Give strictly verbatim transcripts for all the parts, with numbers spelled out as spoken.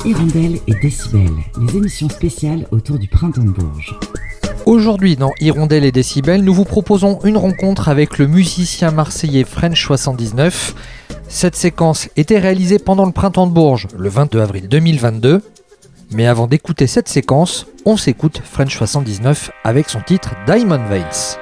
Hirondelle et Décibel, les émissions spéciales autour du printemps de Bourges. Aujourd'hui, dans Hirondelle et Décibel, nous vous proposons une rencontre avec le musicien marseillais French soixante-dix-neuf. Cette séquence était réalisée pendant le printemps de Bourges, le vingt-deux avril deux mille vingt-deux. Mais avant d'écouter cette séquence, on s'écoute French soixante-dix-neuf avec son titre Diamond Veins.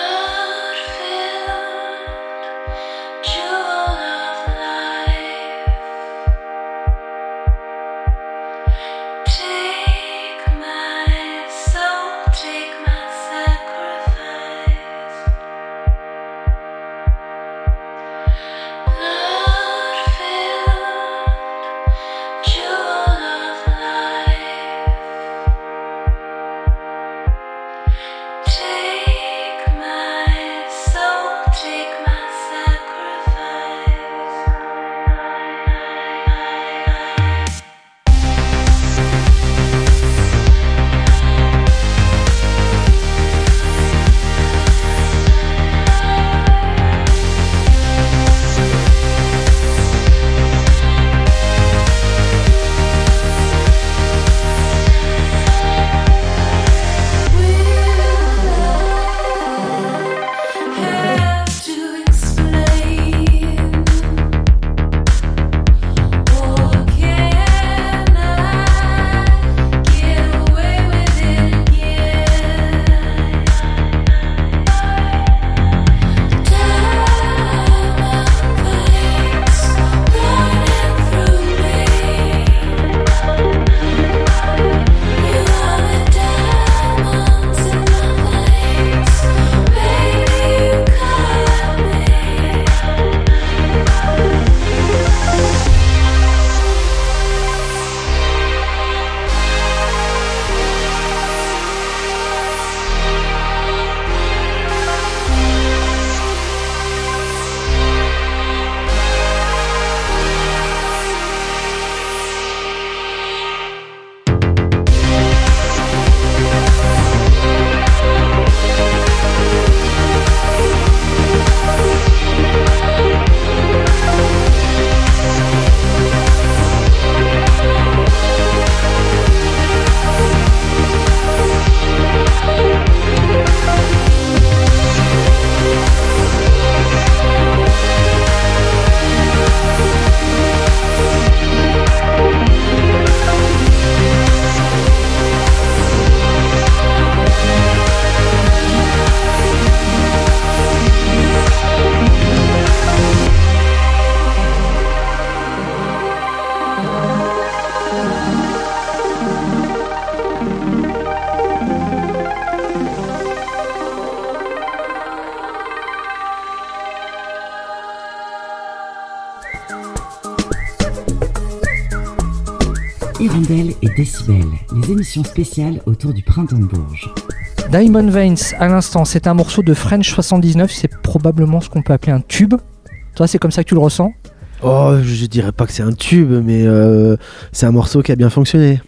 Hirondelle et Décibel, les émissions spéciales autour du printemps de Bourges. Diamond Veins, à l'instant, c'est un morceau de French soixante-dix-neuf, c'est probablement ce qu'on peut appeler un tube. Toi, c'est comme ça que tu le ressens ? Oh, je dirais pas que c'est un tube, mais euh, c'est un morceau qui a bien fonctionné.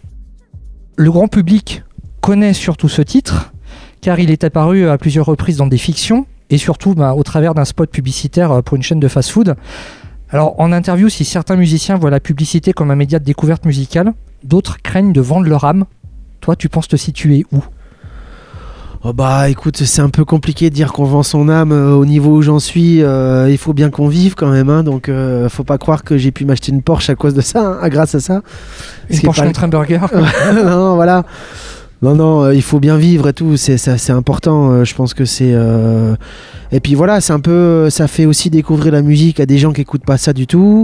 Le grand public connaît surtout ce titre, car il est apparu à plusieurs reprises dans des fictions, et surtout bah, au travers d'un spot publicitaire pour une chaîne de fast-food. Alors, en interview, si certains musiciens voient la publicité comme un média de découverte musicale, d'autres craignent de vendre leur âme. Toi, tu penses te situer où ? Oh bah écoute, c'est un peu compliqué de dire qu'on vend son âme euh, au niveau où j'en suis. Euh, il faut bien qu'on vive quand même, hein, donc euh, faut pas croire que j'ai pu m'acheter une Porsche à cause de ça, hein, grâce à ça. Une Porsche contre un burger. Non, voilà. Non, non, euh, il faut bien vivre et tout, c'est, ça, c'est important, euh, je pense que c'est... Euh... Et puis voilà, c'est un peu, ça fait aussi découvrir la musique à des gens qui écoutent pas ça du tout.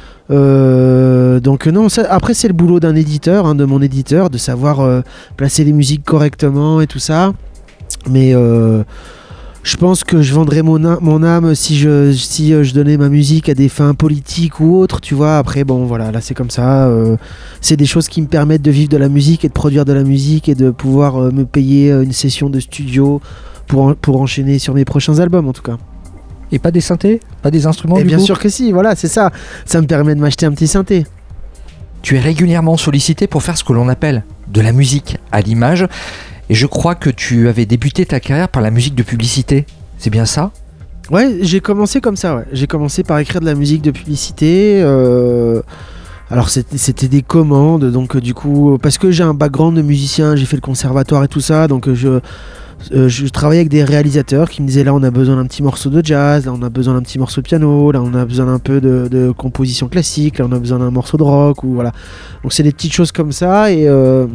Euh, donc non, ça, après c'est le boulot d'un éditeur, hein, de mon éditeur, de savoir euh, placer les musiques correctement et tout ça. Mais euh, je pense que je vendrais mon, a- mon âme si, je, si euh, je donnais ma musique à des fins politiques ou autres, tu vois. Après, bon, voilà, là c'est comme ça. Euh, c'est des choses qui me permettent de vivre de la musique et de produire de la musique et de pouvoir euh, me payer une session de studio pour, en, pour enchaîner sur mes prochains albums, en tout cas. Et pas des synthés ? Pas des instruments Et du bien coup sûr que si, voilà, c'est ça. Ça me permet de m'acheter un petit synthé. Tu es régulièrement sollicité pour faire ce que l'on appelle de la musique à l'image. Et je crois que tu avais débuté ta carrière par la musique de publicité. C'est bien ça ? Ouais, j'ai commencé comme ça, ouais. J'ai commencé par écrire de la musique de publicité. Euh, Alors c'était, c'était des commandes, donc euh, du coup, parce que j'ai un background de musicien, j'ai fait le conservatoire et tout ça, donc euh, je, euh, je travaillais avec des réalisateurs qui me disaient là on a besoin d'un petit morceau de jazz, là on a besoin d'un petit morceau de piano, là on a besoin d'un peu de, de composition classique, là on a besoin d'un morceau de rock, ou voilà. Donc c'est des petites choses comme ça, et, euh,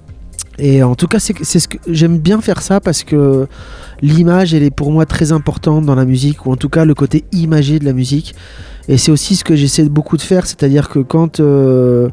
et en tout cas c'est, c'est ce que j'aime bien faire ça, parce que l'image elle est pour moi très importante dans la musique, ou en tout cas le côté imagé de la musique. Et c'est aussi ce que j'essaie beaucoup de faire, c'est-à-dire que quand euh,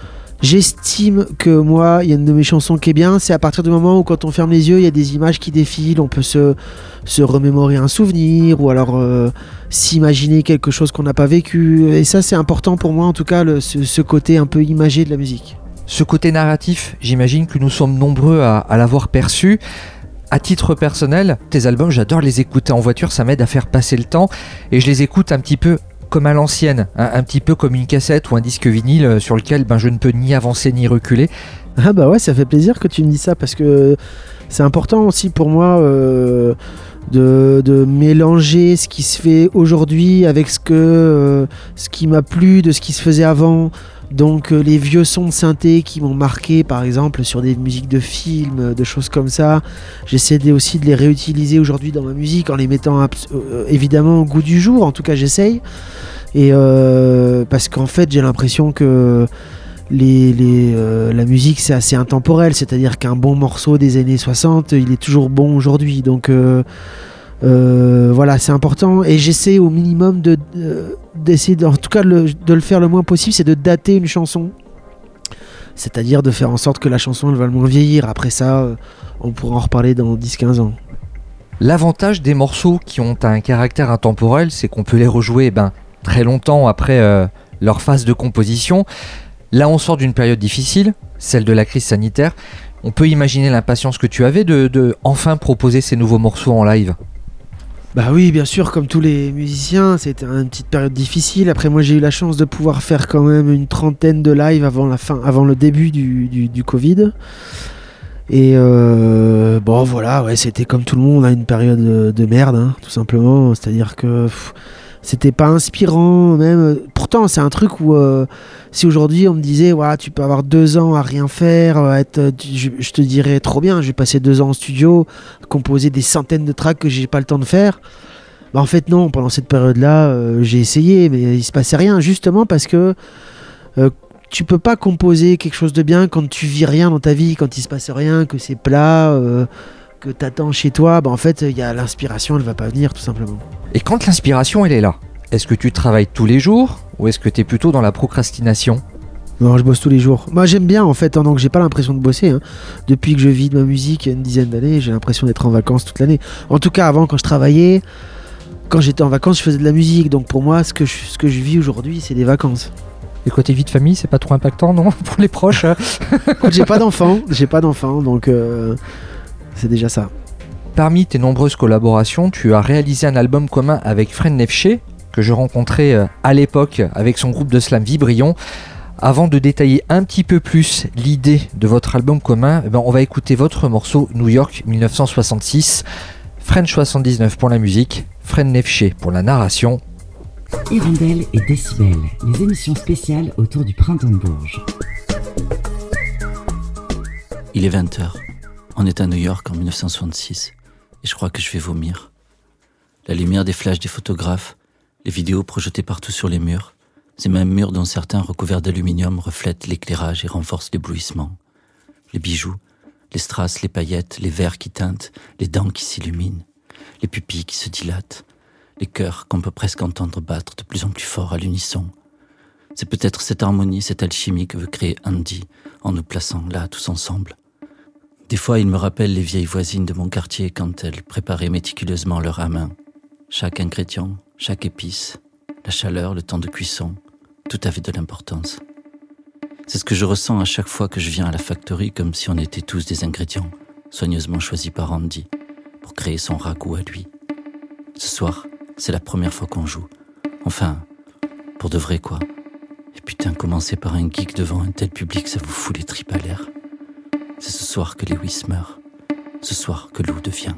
j'estime que moi, il y a une de mes chansons qui est bien, c'est à partir du moment où quand on ferme les yeux, il y a des images qui défilent, on peut se, se remémorer un souvenir, ou alors euh, s'imaginer quelque chose qu'on n'a pas vécu. Et ça, c'est important pour moi, en tout cas, le, ce, ce côté un peu imagé de la musique. Ce côté narratif, j'imagine que nous sommes nombreux à, à l'avoir perçu. À titre personnel, tes albums, j'adore les écouter en voiture, ça m'aide à faire passer le temps, et je les écoute un petit peu comme à l'ancienne, hein, un petit peu comme une cassette ou un disque vinyle sur lequel ben, je ne peux ni avancer ni reculer. Ah bah ouais, ça fait plaisir que tu me dis ça, parce que c'est important aussi pour moi euh, de, de mélanger ce qui se fait aujourd'hui avec ce, que, euh, ce qui m'a plu de ce qui se faisait avant. Donc euh, les vieux sons de synthé qui m'ont marqué, par exemple sur des musiques de films, de choses comme ça, j'essaie de, aussi de les réutiliser aujourd'hui dans ma musique en les mettant abs- euh, évidemment au goût du jour, en tout cas j'essaye. Et euh, parce qu'en fait j'ai l'impression que les, les, euh, la musique c'est assez intemporel, c'est-à-dire qu'un bon morceau des années soixante il est toujours bon aujourd'hui, donc euh, Euh, voilà, c'est important, et j'essaie au minimum de, de d'essayer de, en tout cas le, de le faire le moins possible, c'est de dater une chanson, c'est-à-dire de faire en sorte que la chanson elle va le moins vieillir. Après ça euh, on pourra en reparler dans dix à quinze ans. L'avantage des morceaux qui ont un caractère intemporel, c'est qu'on peut les rejouer ben, très longtemps après euh, leur phase de composition. Là on sort d'une période difficile, celle de la crise sanitaire. On peut imaginer l'impatience que tu avais de, de enfin proposer ces nouveaux morceaux en live. Bah oui, bien sûr, comme tous les musiciens, c'était une petite période difficile. Après, moi, j'ai eu la chance de pouvoir faire quand même une trentaine de lives avant la fin, avant le début du, du, du Covid. Et euh, bon, voilà, ouais, c'était comme tout le monde, hein, une période de, de merde, hein, tout simplement. C'est-à-dire que pff, c'était pas inspirant, même. Pourtant, c'est un truc où euh, si aujourd'hui on me disait, ouais, tu peux avoir deux ans à rien faire, à être, je, je te dirais trop bien. J'ai passé deux ans en studio, composer des centaines de tracks que j'ai pas le temps de faire. Bah en fait non, pendant cette période-là, euh, j'ai essayé, mais il se passait rien, justement parce que euh, tu peux pas composer quelque chose de bien quand tu vis rien dans ta vie, quand il se passe rien, que c'est plat. Euh, que t'attends chez toi, bah en fait, il y a l'inspiration, elle va pas venir, tout simplement. Et quand l'inspiration, elle est là, est-ce que tu travailles tous les jours ou est-ce que tu es plutôt dans la procrastination ? Non, je bosse tous les jours. Moi, j'aime bien, en fait, hein, donc j'ai pas l'impression de bosser. Hein. Depuis que je vis de ma musique il y a une dizaine d'années, j'ai l'impression d'être en vacances toute l'année. En tout cas, avant, quand je travaillais, quand j'étais en vacances, je faisais de la musique. Donc pour moi, ce que je, ce que je vis aujourd'hui, c'est des vacances. Et côté vie de famille, c'est pas trop impactant, non ? Pour les proches ? J'ai pas d'enfants, j'ai pas d'enfants, donc... Euh... c'est déjà ça. Parmi tes nombreuses collaborations, tu as réalisé un album commun avec Fred Neefshay, que je rencontrais à l'époque avec son groupe de slam Vibrion. Avant de détailler un petit peu plus l'idée de votre album commun, eh ben on va écouter votre morceau New York dix-neuf cent soixante-six. French soixante-dix-neuf pour la musique, Fred Neefshay pour la narration. Hirondelle et Décibel, les émissions spéciales autour du printemps de Bourges. Il est vingt heures. On est à New York en dix-neuf cent soixante-six et je crois que je vais vomir. La lumière des flashs des photographes, les vidéos projetées partout sur les murs, ces mêmes murs dont certains recouverts d'aluminium reflètent l'éclairage et renforcent l'éblouissement. Les bijoux, les strass, les paillettes, les verres qui teintent, les dents qui s'illuminent, les pupilles qui se dilatent, les cœurs qu'on peut presque entendre battre de plus en plus fort à l'unisson. C'est peut-être cette harmonie, cette alchimie que veut créer Andy en nous plaçant là tous ensemble. Des fois, il me rappelle les vieilles voisines de mon quartier quand elles préparaient méticuleusement leur à main. Chaque ingrédient, chaque épice, la chaleur, le temps de cuisson, tout avait de l'importance. C'est ce que je ressens à chaque fois que je viens à la factory, comme si on était tous des ingrédients, soigneusement choisis par Andy, pour créer son ragoût à lui. Ce soir, c'est la première fois qu'on joue. Enfin, pour de vrai quoi. Et putain, commencer par un geek devant un tel public, ça vous fout les tripes à l'air. C'est ce soir que Lewis meurt, ce soir que Lou devient.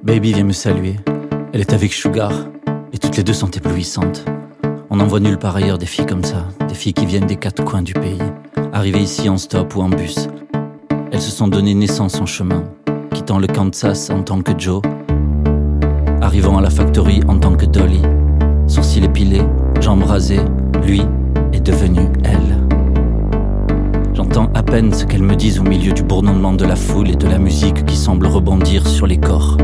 Baby vient me saluer. Elle est avec Sugar et toutes les deux sont éblouissantes. On n'en voit nulle part ailleurs des filles comme ça, des filles qui viennent des quatre coins du pays, arrivées ici en stop ou en bus. Elles se sont donné naissance en chemin, quittant le Kansas en tant que Joe, arrivant à la factory en tant que Dolly. Sourcils épilés, jambes rasées, lui est devenu elle. J'entends à peine ce qu'elles me disent au milieu du bourdonnement de la foule et de la musique qui semble rebondir sur les corps.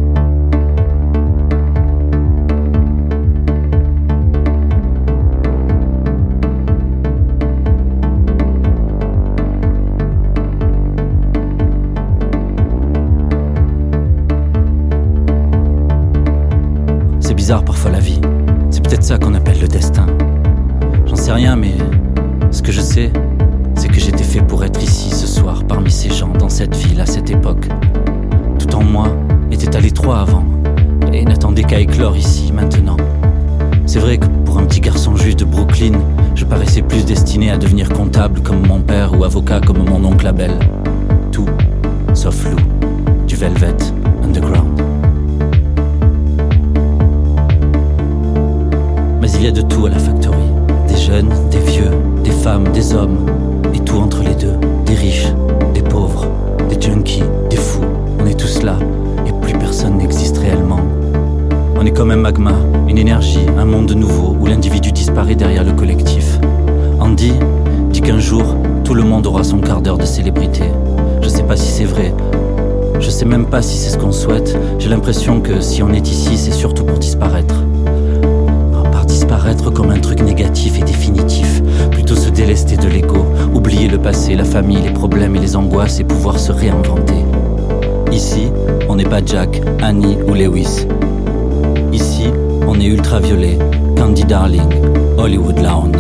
C'est bizarre parfois la vie, c'est peut-être ça qu'on appelle le destin. J'en sais rien, mais ce que je sais, c'est que j'étais fait pour être ici ce soir, parmi ces gens, dans cette ville, à cette époque. Tout en moi était à l'étroit avant, et n'attendait qu'à éclore ici, maintenant. C'est vrai que pour un petit garçon juif de Brooklyn, je paraissais plus destiné à devenir comptable comme mon père ou avocat comme mon oncle Abel. Tout, sauf Lou, du Velvet Underground. Mais il y a de tout à la factory. Des jeunes, des vieux, des femmes, des hommes, et tout entre les deux. Des riches, des pauvres, des junkies, des fous. On est tous là, et plus personne n'existe réellement. On est comme un magma, une énergie, un monde nouveau, où l'individu disparaît derrière le collectif. Andy dit qu'un jour, tout le monde aura son quart d'heure de célébrité. Je sais pas si c'est vrai, je sais même pas si c'est ce qu'on souhaite. J'ai l'impression que si on est ici, c'est surtout pour disparaître. Disparaître comme un truc négatif et définitif, plutôt se délester de l'ego, oublier le passé, la famille, les problèmes et les angoisses et pouvoir se réinventer. Ici, on n'est pas Jack, Annie ou Lewis. Ici, on est ultraviolet, Candy Darling, Hollywood Lawn.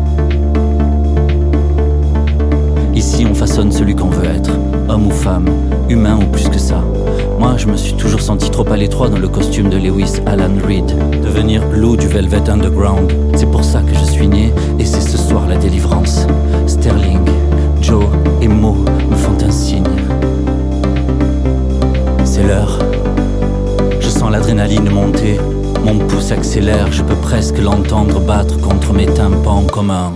Ici, on façonne celui qu'on veut être, homme ou femme, humain ou plus que ça. Moi, je me suis toujours senti trop à l'étroit dans le costume de Lewis Alan Reed. Devenir Lou du Velvet Underground, c'est pour ça que je suis né, et c'est ce soir la délivrance. Sterling, Joe et Mo me font un signe. C'est l'heure. Je sens l'adrénaline monter, mon pouce accélère, je peux presque l'entendre battre contre mes tympans communs.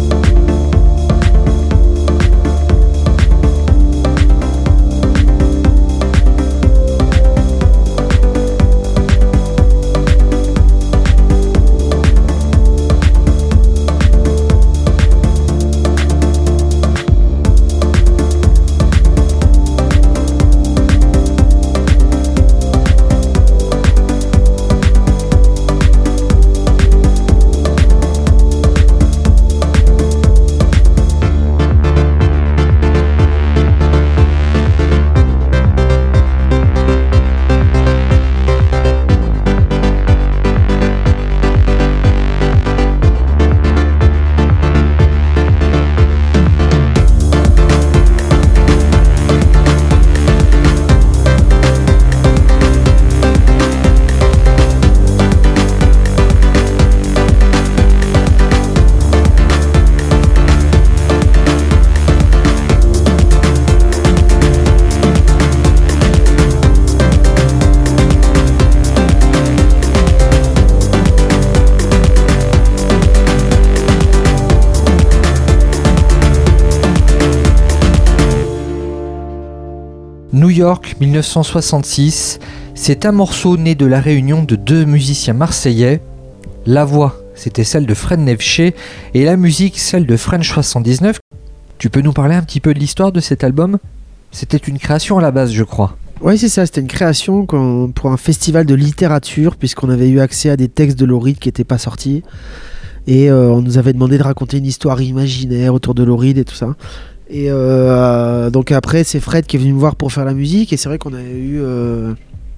New York mille neuf cent soixante-six, c'est un morceau né de la réunion de deux musiciens marseillais. La voix, c'était celle de Fred Neveché et la musique, celle de French soixante-dix-neuf. Tu peux nous parler un petit peu de l'histoire de cet album ? C'était une création à la base, je crois. Oui, c'est ça, c'était une création quand, pour un festival de littérature, puisqu'on avait eu accès à des textes de Lou Reed qui n'étaient pas sortis. Et euh, on nous avait demandé de raconter une histoire imaginaire autour de Lou Reed et tout ça. Et euh, donc après, c'est Fred qui est venu me voir pour faire la musique. Et c'est vrai qu'on a eu... Euh,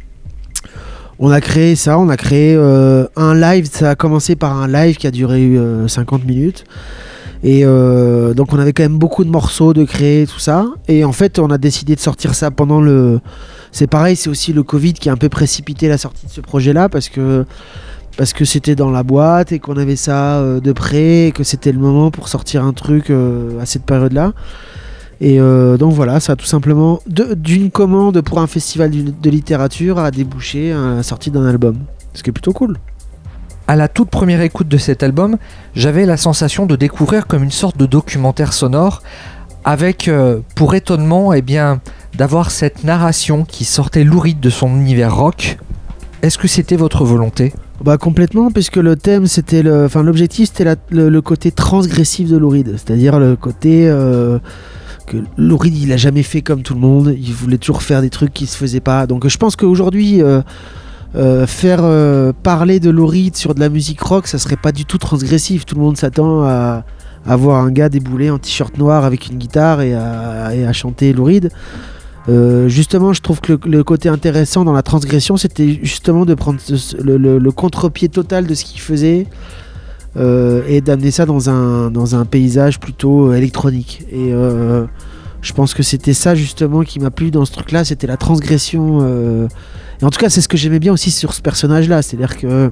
on a créé ça, on a créé euh, un live. Ça a commencé par un live qui a duré euh, cinquante minutes. Et euh, donc on avait quand même beaucoup de morceaux de créer, tout ça. Et en fait, on a décidé de sortir ça pendant le... C'est pareil, c'est aussi le Covid qui a un peu précipité la sortie de ce projet-là, parce que... parce que c'était dans la boîte et qu'on avait ça euh, de près et que c'était le moment pour sortir un truc euh, à cette période-là. Et euh, donc voilà, ça a tout simplement de, d'une commande pour un festival de littérature a débouché à la sortie d'un album, ce qui est plutôt cool. À la toute première écoute de cet album, j'avais la sensation de découvrir comme une sorte de documentaire sonore avec, euh, pour étonnement, eh bien, d'avoir cette narration qui sortait louride de son univers rock. Est-ce que c'était votre volonté ? Bah complètement, puisque le thème, c'était le, enfin l'objectif, c'était la, le, le côté transgressif de Lou Reed, c'est-à-dire le côté euh, que Lou Reed, il a jamais fait comme tout le monde, il voulait toujours faire des trucs qui se faisaient pas. Donc je pense qu'aujourd'hui, euh, euh, faire euh, parler de Lou Reed sur de la musique rock, ça serait pas du tout transgressif. Tout le monde s'attend à, à voir un gars débouler en t-shirt noir avec une guitare et à, et à chanter Lou Reed. Euh, justement, je trouve que le, le côté intéressant dans la transgression, c'était justement de prendre ce, le, le, le contre-pied total de ce qu'il faisait euh, et d'amener ça dans un, dans un paysage plutôt électronique. Et euh, je pense que c'était ça justement qui m'a plu dans ce truc-là, c'était la transgression. Euh, et en tout cas, c'est ce que j'aimais bien aussi sur ce personnage-là, c'est-à-dire que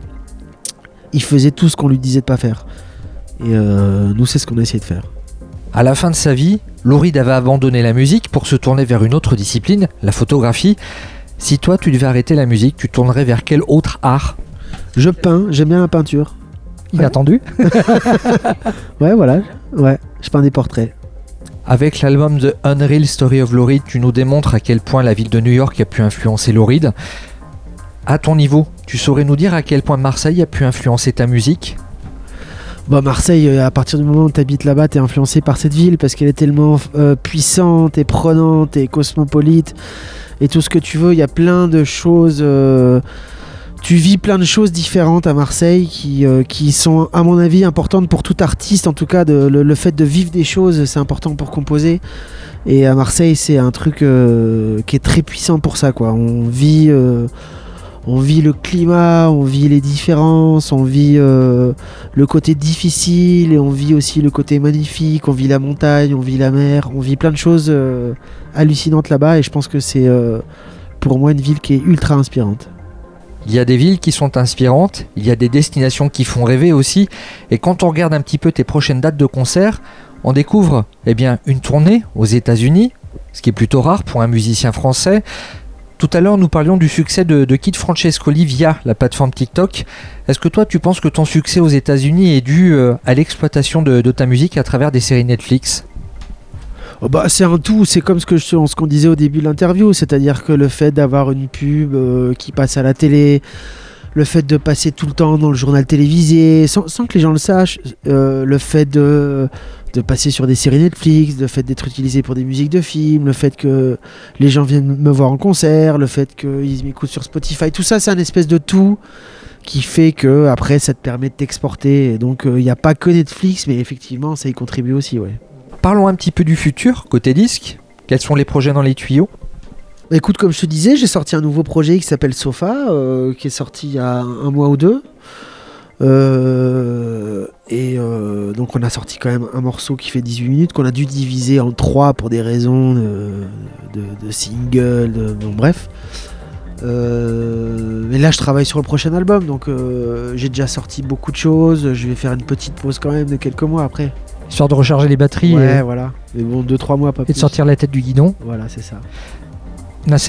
il faisait tout ce qu'on lui disait de pas faire. Et euh, nous, c'est ce qu'on a essayé de faire. À la fin de sa vie, Lou Reed avait abandonné la musique pour se tourner vers une autre discipline, la photographie. Si toi, tu devais arrêter la musique, tu tournerais vers quel autre art ? Je peins, j'aime bien la peinture. Inattendu. Ouais, voilà, ouais, je peins des portraits. Avec l'album The Unreal Story of Lou Reed, tu nous démontres à quel point la ville de New York a pu influencer Lou Reed. À ton niveau, tu saurais nous dire à quel point Marseille a pu influencer ta musique ? Bah Marseille, à partir du moment où tu habites là-bas, tu es influencé par cette ville parce qu'elle est tellement euh, puissante et prenante et cosmopolite et tout ce que tu veux. Il y a plein de choses. Euh, tu vis plein de choses différentes à Marseille qui, euh, qui sont, à mon avis, importantes pour tout artiste. En tout cas, de, le, le fait de vivre des choses, c'est important pour composer. Et à Marseille, c'est un truc euh, qui est très puissant pour ça, quoi. On vit. Euh, On vit le climat, on vit les différences, on vit euh, le côté difficile et on vit aussi le côté magnifique, on vit la montagne, on vit la mer, on vit plein de choses euh, hallucinantes là-bas et je pense que c'est euh, pour moi une ville qui est ultra inspirante. Il y a des villes qui sont inspirantes, il y a des destinations qui font rêver aussi et quand on regarde un petit peu tes prochaines dates de concert, on découvre eh bien, une tournée aux États-Unis, ce qui est plutôt rare pour un musicien français. Tout à l'heure, nous parlions du succès de, de Kid Francescoli via la plateforme TikTok. Est-ce que toi, tu penses que ton succès aux États-Unis est dû euh, à l'exploitation de, de ta musique à travers des séries Netflix ? Oh bah, c'est un tout, c'est comme ce, que je, ce qu'on disait au début de l'interview, c'est-à-dire que le fait d'avoir une pub euh, qui passe à la télé, le fait de passer tout le temps dans le journal télévisé, sans, sans que les gens le sachent, euh, le fait de... de passer sur des séries Netflix, le fait d'être utilisé pour des musiques de films, le fait que les gens viennent me voir en concert, le fait qu'ils m'écoutent sur Spotify, tout ça c'est un espèce de tout qui fait que après ça te permet de t'exporter. Et donc il euh, n'y a pas que Netflix, mais effectivement ça y contribue aussi, ouais. Parlons un petit peu du futur, côté disque. Quels sont les projets dans les tuyaux ? Écoute, comme je te disais, j'ai sorti un nouveau projet qui s'appelle Sofa, euh, qui est sorti il y a un mois ou deux. Euh, et euh, donc on a sorti quand même un morceau qui fait dix-huit minutes qu'on a dû diviser en trois pour des raisons de, de, de single, de, bon bref. Euh, mais là je travaille sur le prochain album, donc euh, j'ai déjà sorti beaucoup de choses. Je vais faire une petite pause quand même de quelques mois après. Histoire de recharger les batteries ouais, et... voilà. Mais bon, deux trois mois pas et plus. de sortir la tête du guidon. Voilà, c'est ça. Nasser ?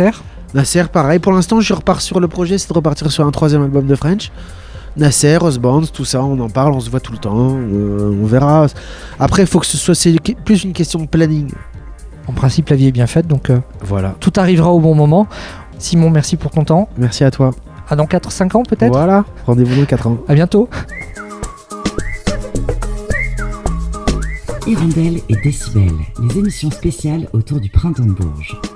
Nasser, pareil. Pour l'instant, je repars sur le projet, c'est de repartir sur un troisième album de French. Nasser, Osbourne, tout ça, on en parle, on se voit tout le temps, euh, on verra. Après, il faut que ce soit c'est plus une question de planning. En principe, la vie est bien faite, donc euh, voilà. Tout arrivera au bon moment. Simon, merci pour ton temps. Merci à toi. À dans quatre cinq ans peut-être ? Voilà, rendez-vous dans quatre ans. À bientôt. Hirondelle et Décibel, les émissions spéciales autour du Printemps de Bourges.